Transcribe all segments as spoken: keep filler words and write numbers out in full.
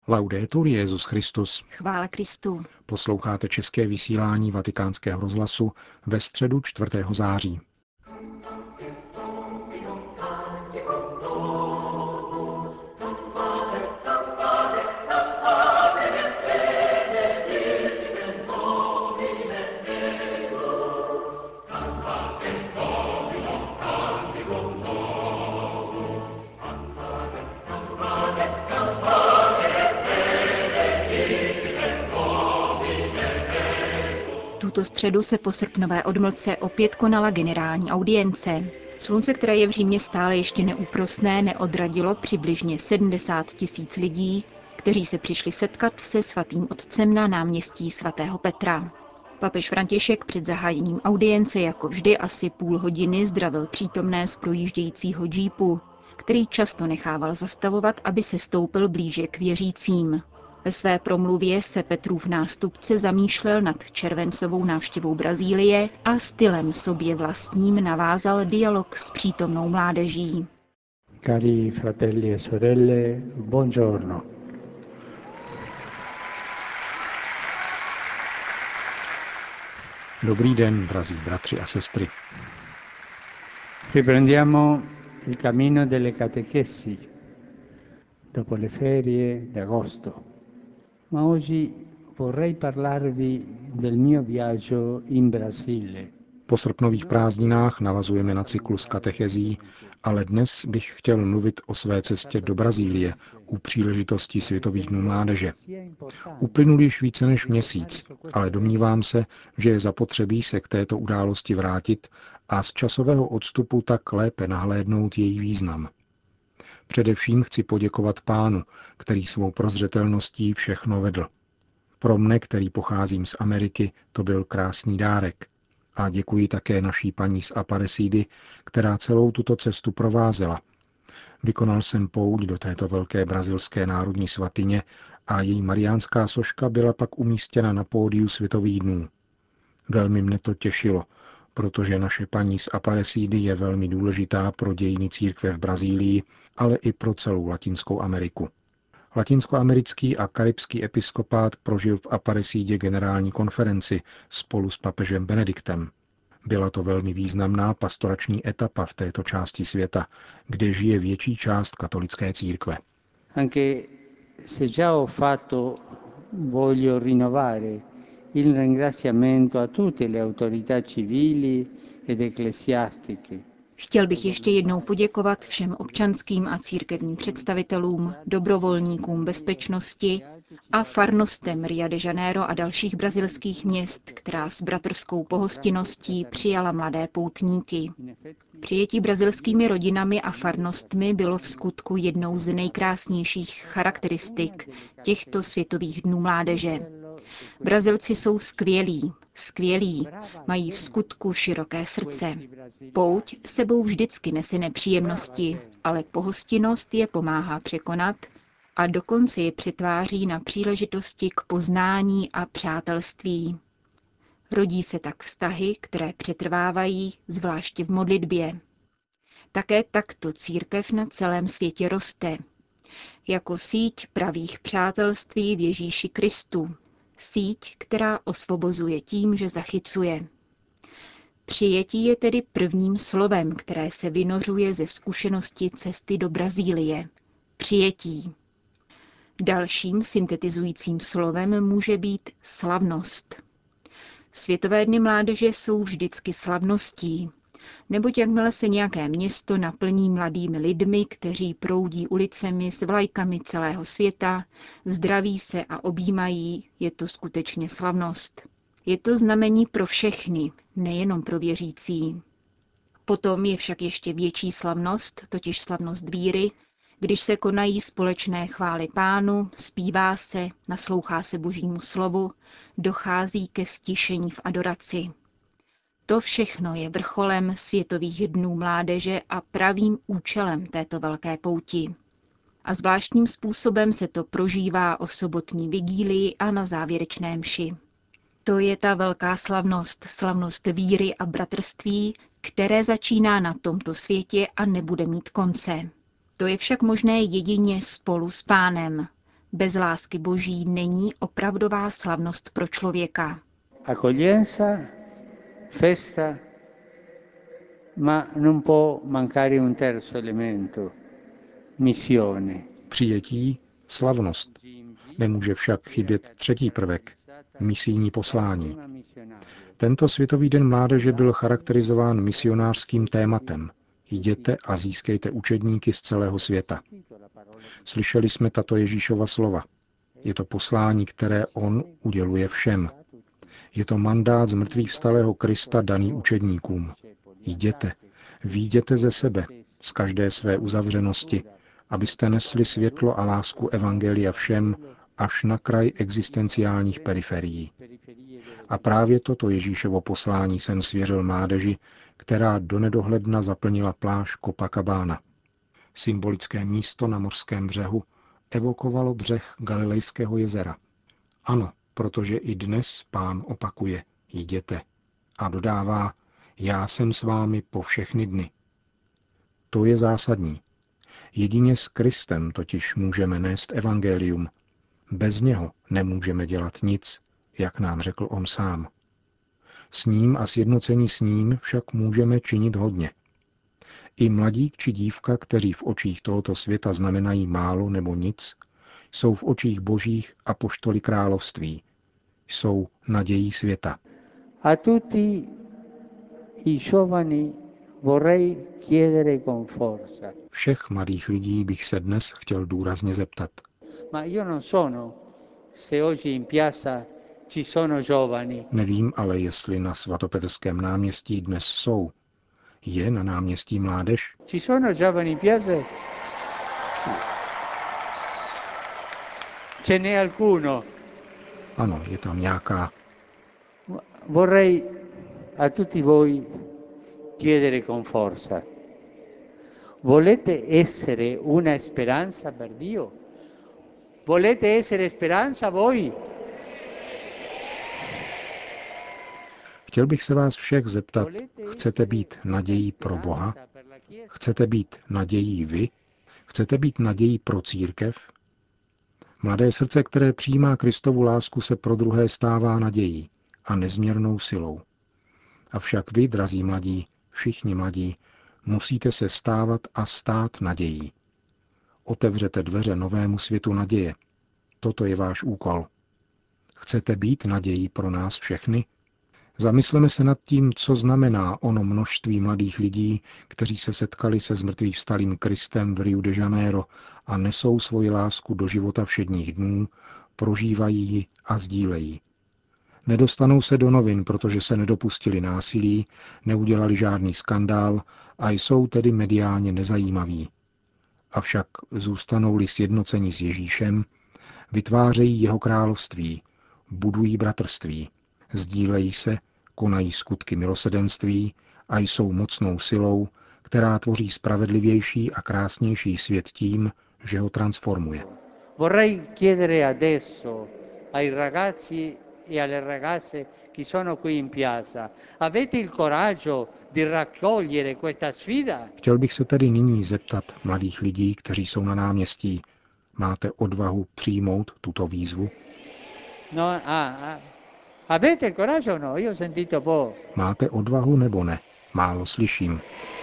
Laudetur Jesus Christus. Chvála Kristu. Posloucháte české vysílání Vatikánského rozhlasu ve středu čtvrtého září. Tuto středu se po srpnové odmlce opět konala generální audience. Slunce, které je v Římě stále ještě neúprosné, neodradilo přibližně sedmdesát tisíc lidí, kteří se přišli setkat se svatým otcem na náměstí svatého Petra. Papež František před zahájením audience jako vždy asi půl hodiny zdravil přítomné z projíždějícího džípu, který často nechával zastavovat, aby se stoupil blíže k věřícím. Ve své promluvě se Petrův nástupce zamýšlel nad červencovou návštěvou Brazílie a stylem sobě vlastním navázal dialog s přítomnou mládeží. Cari fratelli e sorelle, buongiorno. Dobrý den, drazí bratři a sestry. Riprendiamo il cammino delle catechesi dopo le ferie d'agosto. Ma oggi vorrei parlarvi del mio viaggio in Brasile. Po srpnových prázdninách navazujeme na cyklus katechezí, ale dnes bych chtěl mluvit o své cestě do Brazílie u příležitosti Světových dnů mládeže. Uplynul již více než měsíc, ale domnívám se, že je zapotřebí se k této události vrátit a z časového odstupu tak lépe nahlédnout její význam. Především chci poděkovat Pánu, který svou prozřetelností všechno vedl. Pro mne, který pocházím z Ameriky, to byl krásný dárek. A děkuji také naší paní z Aparecidy, která celou tuto cestu provázela. Vykonal jsem pouť do této velké brazilské národní svatyně a její mariánská soška byla pak umístěna na pódiu Světových dnů. Velmi mne to těšilo, protože naše paní z Aparecidy je velmi důležitá pro dějiny církve v Brazílii, ale i pro celou Latinskou Ameriku. Latinskoamerický a karibský episkopát prožil v Aparecidě generální konferenci spolu s papežem Benediktem. Byla to velmi významná pastorační etapa v této části světa, kde žije větší část katolické církve. Anche se già ho fatto, voglio rinnovare il ringraziamento a tutte le autorità civili ed ecclesiastiche. Chtěl bych ještě jednou poděkovat všem občanským a církevním představitelům, dobrovolníkům bezpečnosti a farnostem Rio de Janeiro a dalších brazilských měst, která s bratrskou pohostinností přijala mladé poutníky. Přijetí brazilskými rodinami a farnostmi bylo v skutku jednou z nejkrásnějších charakteristik těchto Světových dnů mládeže. Brazilci jsou skvělí, skvělí, mají v skutku široké srdce. Pouť sebou vždycky nese nepříjemnosti, ale pohostinnost je pomáhá překonat a dokonce je přetváří na příležitosti k poznání a přátelství. Rodí se tak vztahy, které přetrvávají, zvláště v modlitbě. Také takto církev na celém světě roste. Jako síť pravých přátelství v Ježíši Kristu. Síť, která osvobozuje tím, že zachycuje. Přijetí je tedy prvním slovem, které se vynořuje ze zkušenosti cesty do Brazílie. Přijetí. Dalším syntetizujícím slovem může být slavnost. Světové dny mládeže jsou vždycky slavností, neboť jakmile se nějaké město naplní mladými lidmi, kteří proudí ulicemi s vlajkami celého světa, zdraví se a objímají, je to skutečně slavnost. Je to znamení pro všechny, nejenom pro věřící. Potom je však ještě větší slavnost, totiž slavnost víry, když se konají společné chvály Pánu, zpívá se, naslouchá se Božímu slovu, dochází ke stišení v adoraci. To všechno je vrcholem Světových dnů mládeže a pravým účelem této velké pouti. A zvláštním způsobem se to prožívá o sobotní vigílii a na závěrečné mši. To je ta velká slavnost, slavnost víry a bratrství, které začíná na tomto světě a nebude mít konce. To je však možné jedině spolu s Pánem. Bez lásky Boží není opravdová slavnost pro člověka. Accoglienza, festa, ma non può mancare un terzo elemento, missione. Přijetí, slavnost. Nemůže však chybět třetí prvek, misijní poslání. Tento Světový den mládeže byl charakterizován misionářským tématem. Jděte a získejte učedníky z celého světa. Slyšeli jsme tato Ježíšova slova. Je to poslání, které on uděluje všem. Je to mandát z mrtvých vstalého Krista daný učedníkům. Jděte, vyjděte ze sebe, z každé své uzavřenosti, abyste nesli světlo a lásku evangelia všem, až na kraj existenciálních periferií. A právě toto Ježíšovo poslání jsem svěřil mládeži, která do nedohledna zaplnila pláž Copacabana. Symbolické místo na mořském břehu evokovalo břeh Galilejského jezera. Ano, protože i dnes Pán opakuje, jděte. A dodává, já jsem s vámi po všechny dny. To je zásadní. Jedině s Kristem totiž můžeme nést evangelium. Bez něho nemůžeme dělat nic, jak nám řekl on sám. S ním a sjednocení s ním však můžeme činit hodně. I mladík či dívka, kteří v očích tohoto světa znamenají málo nebo nic, jsou v očích božích apoštoli království. Jsou nadějí světa. A tutti i giovani vorrei chiedere con forza. Všech mladých lidí bych se dnes chtěl důrazně zeptat. Ma io non sono se oggi in piazza ci sono giovani. Nevím ale, jestli na svatopetrském náměstí dnes jsou. Je na náměstí mládež? Ci sono giovani in piazza? Ce n'è alcuno. Ano, je tam nějaká. Vorrei a tutti voi chiedere con forza. Volete essere una speranza per Dio? Volete essere speranza voi? Chtěl bych se vás všech zeptat, chcete být nadějí pro Boha? Chcete být nadějí vy? Chcete být nadějí pro církev? Mladé srdce, které přijímá Kristovu lásku, se pro druhé stává nadějí a nezměrnou silou. Avšak vy, drazí mladí, všichni mladí, musíte se stávat a stát nadějí. Otevřete dveře novému světu naděje. Toto je váš úkol. Chcete být nadějí pro nás všechny? Zamysleme se nad tím, co znamená ono množství mladých lidí, kteří se setkali se zmrtvýchvstalým Kristem v Rio de Janeiro a nesou svoji lásku do života všedních dnů, prožívají ji a sdílejí. Nedostanou se do novin, protože se nedopustili násilí, neudělali žádný skandál a jsou tedy mediálně nezajímaví. Avšak zůstanou-li sjednoceni s Ježíšem, vytvářejí jeho království, budují bratrství, sdílejí se, konají skutky milosedenství a jsou mocnou silou, která tvoří spravedlivější a krásnější svět tím, že ho transformuje. Vorrei chiedere adesso ai ragazzi e alle ragazze che sono qui in piazza, avete il coraggio di raccogliere questa sfida? Chtěl bych se tedy nyní zeptat mladých lidí, kteří jsou na náměstí, máte odvahu přijmout tuto výzvu? No, ah, ah. Avete il coraggio o no? Io ho sentito po'. Máte odvahu nebo ne? Málo slyším.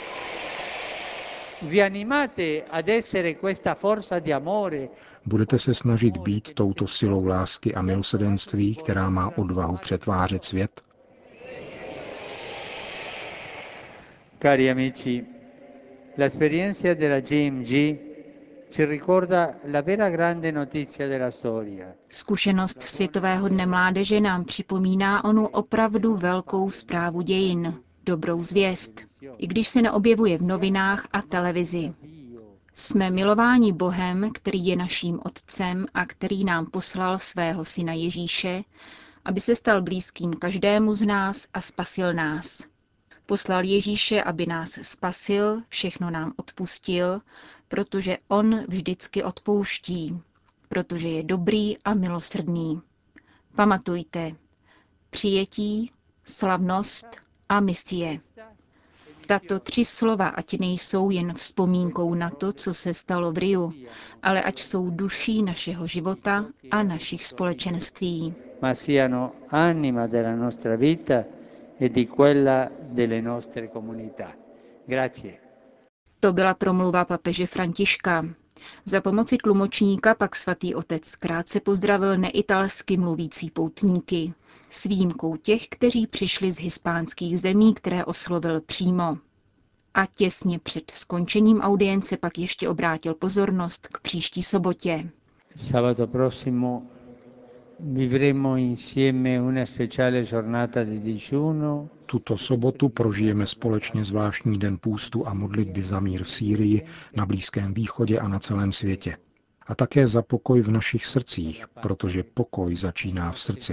Vi animate ad essere questa forza di amore? Budete se snažit být touto silou lásky a milosedenství, která má odvahu přetvářet svět? Cari amici, l'esperienza della G M G ci ricorda la vera grande notizia della storia. Zkušenost Světového dne mládeže nám připomíná onu opravdu velkou zprávu dějin, dobrou zvěst, i když se neobjevuje v novinách a televizi. Jsme milováni Bohem, který je naším Otcem a který nám poslal svého Syna Ježíše, aby se stal blízkým každému z nás a spasil nás. Poslal Ježíše, aby nás spasil, všechno nám odpustil, protože on vždycky odpouští, protože je dobrý a milosrdný. Pamatujte, přijetí, slavnost a misie. Tato tři slova ať nejsou jen vzpomínkou na to, co se stalo v Riu, ale ať jsou duší našeho života a našich společenství. Ma siano anima della nostra vita e di quella delle nostre comunità. Grazie. To byla promluva papeže Františka. Za pomoci tlumočníka pak svatý otec krátce pozdravil neitalsky mluvící poutníky, s výjimkou těch, kteří přišli z hispánských zemí, které oslovil přímo. A těsně před skončením audience pak ještě obrátil pozornost k příští sobotě. Sabato prossimo vivremo insieme una speciale giornata di digiuno. Tuto sobotu prožijeme společně zvláštní den půstu a modlitby za mír v Sýrii, na Blízkém východě a na celém světě. A také za pokoj v našich srdcích, protože pokoj začíná v srdci.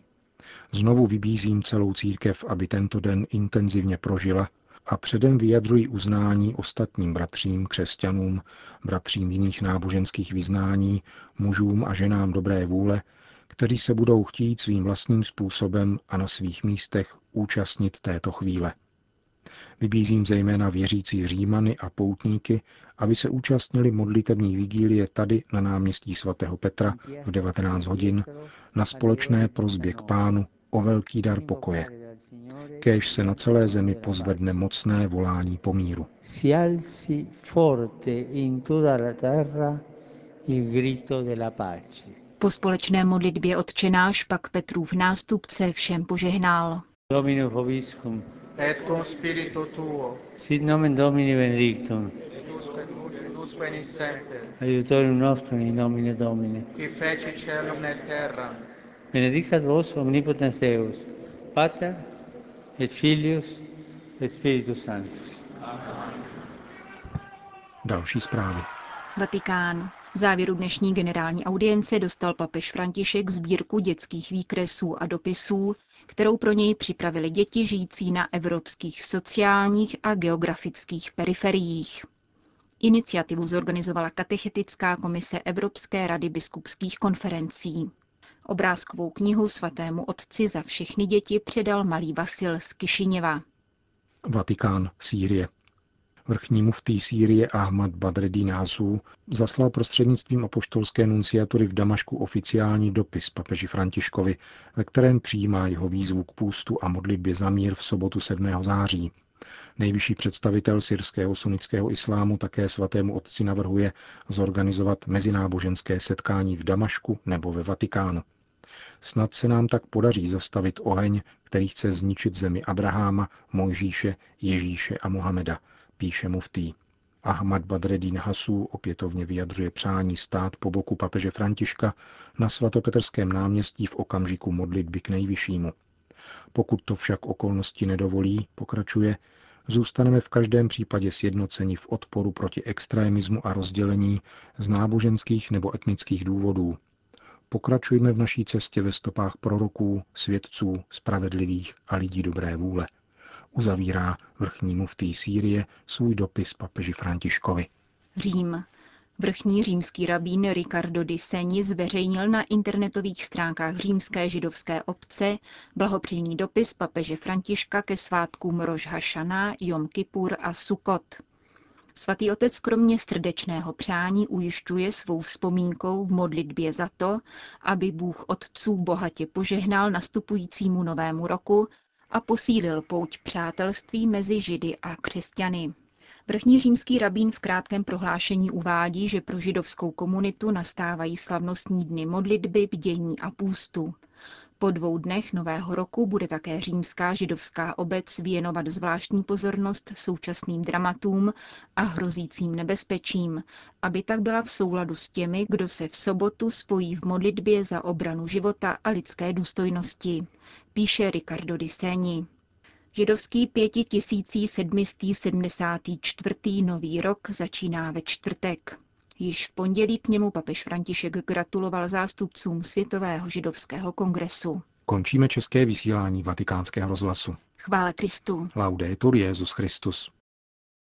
Znovu vybízím celou církev, aby tento den intenzivně prožila a předem vyjadřují uznání ostatním bratřím, křesťanům, bratřím jiných náboženských vyznání, mužům a ženám dobré vůle, kteří se budou chtít svým vlastním způsobem a na svých místech účastnit této chvíle. Vybízím zejména věřící Římany a poutníky, aby se účastnili modlitební vigílie tady na náměstí svatého Petra v devatenáct hodin na společné prosbě k Pánu o velký dar pokoje. Kéž se na celé zemi pozvedne mocné volání po míru. Si alzi forte in tutta la terra il grido della pace. Po společné modlitbě Otčenáš pak Petrův nástupce všem požehnal. Domino vobiscum. Et cum spiritu tuo, Sit nomen Domini benedictum. usque in semper, Aiutorium nostrum in nomine Domini. qui feci caelum et terram, Benedicat vos omnipotens Deus, Pater et Filius et Spiritus Sanctus. Další zprávy. Vatikán. V závěru dnešní generální audience dostal papež František sbírku dětských výkresů a dopisů, kterou pro něj připravili děti žijící na evropských sociálních a geografických periferiích. Iniciativu zorganizovala Katechetická komise Evropské rady biskupských konferencí. Obrázkovou knihu svatému otci za všechny děti předal malý Vasil z Kišiněva. Vatikán, Sýrie. Vrchní muftý Sýrie Ahmad Badreddin Hasu zaslal prostřednictvím apoštolské nunciatury v Damašku oficiální dopis papeži Františkovi, ve kterém přijímá jeho výzvu k půstu a modlitbě za mír v sobotu sedmého září. Nejvyšší představitel syrského sunnického islámu také svatému otci navrhuje zorganizovat mezináboženské setkání v Damašku nebo ve Vatikánu. Snad se nám tak podaří zastavit oheň, který chce zničit zemi Abraháma, Mojžíše, Ježíše a Mohameda, píše muftý. Ahmad Badreddin Hasu opětovně vyjadřuje přání stát po boku papeže Františka na svatopetrském náměstí v okamžiku modlitby k Nejvyššímu. Pokud to však okolnosti nedovolí, pokračuje, zůstaneme v každém případě sjednoceni v odporu proti extremismu a rozdělení z náboženských nebo etnických důvodů. Pokračujme v naší cestě ve stopách proroků, svědců, spravedlivých a lidí dobré vůle. Uzavírá vrchní muftý Sýrie svůj dopis papeži Františkovi. Řím. Vrchní římský rabín Riccardo di Segni zveřejnil na internetových stránkách římské židovské obce blahopřejný dopis papeže Františka ke svátkům Roš Hašana, Jom Kipur a Sukot. Svatý otec kromě srdečného přání ujišťuje svou vzpomínkou v modlitbě za to, aby Bůh otců bohatě požehnal nastupujícímu novému roku a posílil pouť přátelství mezi Židy a křesťany. Vrchní římský rabín v krátkém prohlášení uvádí, že pro židovskou komunitu nastávají slavnostní dny modlitby, bdění a půstu. Po dvou dnech nového roku bude také římská židovská obec věnovat zvláštní pozornost současným dramatům a hrozícím nebezpečím, aby tak byla v souladu s těmi, kdo se v sobotu spojí v modlitbě za obranu života a lidské důstojnosti, píše Riccardo di Segni. Židovský pětitisíc sedm set sedmdesát čtyři. nový rok začíná ve čtvrtek. Již v pondělí k němu papež František gratuloval zástupcům Světového židovského kongresu. Končíme české vysílání Vatikánského rozhlasu. Chvála Kristu. Laudetur Jesus Christus.